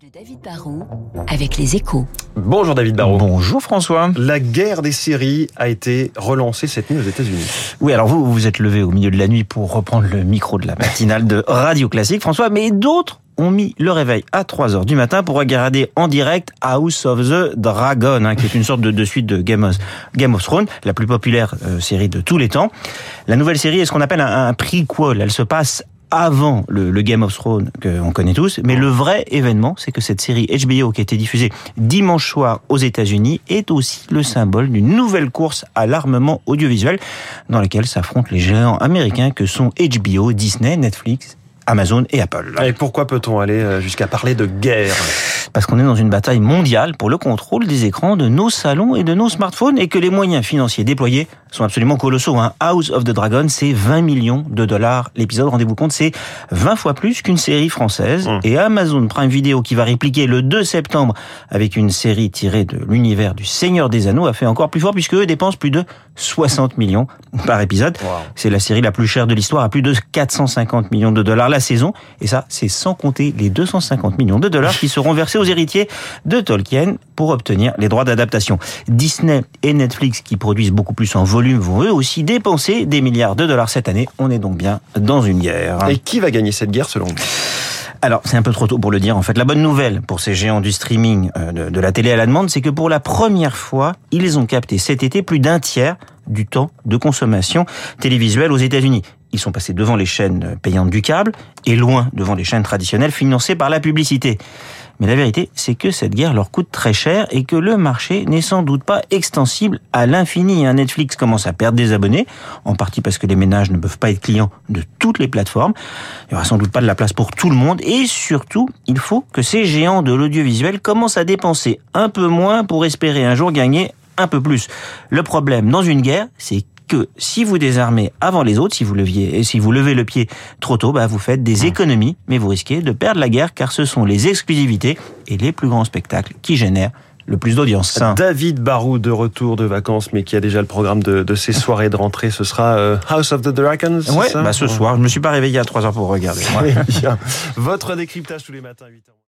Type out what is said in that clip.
De David Barrault avec Les Échos. Bonjour David Barrault. Bonjour François. La guerre des séries a été relancée cette nuit aux États-Unis. Oui, alors vous vous êtes levé au milieu de la nuit pour reprendre le micro de la matinale de Radio Classique, François, mais d'autres ont mis le réveil à 3h du matin pour regarder en direct House of the Dragon, qui est une sorte de suite de Game of Thrones, la plus populaire série de tous les temps. La nouvelle série est ce qu'on appelle un prequel. Elle se passe avant le Game of Thrones qu'on connaît tous, mais le vrai événement, c'est que cette série HBO qui a été diffusée dimanche soir aux États-Unis est aussi le symbole d'une nouvelle course à l'armement audiovisuel dans laquelle s'affrontent les géants américains que sont HBO, Disney, Netflix, Amazon et Apple. Et pourquoi peut-on aller jusqu'à parler de guerre ? Parce qu'on est dans une bataille mondiale pour le contrôle des écrans de nos salons et de nos smartphones et que les moyens financiers déployés sont absolument colossaux. House of the Dragon, c'est 20 millions de dollars l'épisode. Rendez-vous compte, c'est 20 fois plus qu'une série française. Et Amazon Prime Video, qui va répliquer le 2 septembre avec une série tirée de l'univers du Seigneur des Anneaux, a fait encore plus fort puisque eux dépensent plus de 60 millions par épisode. Wow. C'est la série la plus chère de l'histoire, à plus de 450 millions de dollars la saison. Et ça, c'est sans compter les 250 millions de dollars qui seront versés aux héritiers de Tolkien pour obtenir les droits d'adaptation. Disney et Netflix, qui produisent beaucoup plus en volume, vont eux aussi dépenser des milliards de dollars cette année. On est donc bien dans une guerre. Et qui va gagner cette guerre selon vous ? Alors, c'est un peu trop tôt pour le dire. En fait, la bonne nouvelle pour ces géants du streaming de la télé à la demande, c'est que pour la première fois, ils ont capté cet été plus d'un tiers du temps de consommation télévisuelle aux États-Unis. Ils sont passés devant les chaînes payantes du câble et loin devant les chaînes traditionnelles financées par la publicité. Mais la vérité, c'est que cette guerre leur coûte très cher et que le marché n'est sans doute pas extensible à l'infini. Netflix commence à perdre des abonnés, en partie parce que les ménages ne peuvent pas être clients de toutes les plateformes. Il n'y aura sans doute pas de la place pour tout le monde. Et surtout, il faut que ces géants de l'audiovisuel commencent à dépenser un peu moins pour espérer un jour gagner un peu plus. Le problème dans une guerre, c'est que si vous désarmez avant les autres, si vous levez le pied trop tôt, vous faites des économies, mais vous risquez de perdre la guerre car ce sont les exclusivités et les plus grands spectacles qui génèrent le plus d'audience. David Barrault, de retour de vacances, mais qui a déjà le programme de ses soirées de rentrée, ce sera House of the Dragons, c'est ça ? Ce soir, je me suis pas réveillé à 3h pour regarder. Bien. Votre décryptage tous les matins à 8h.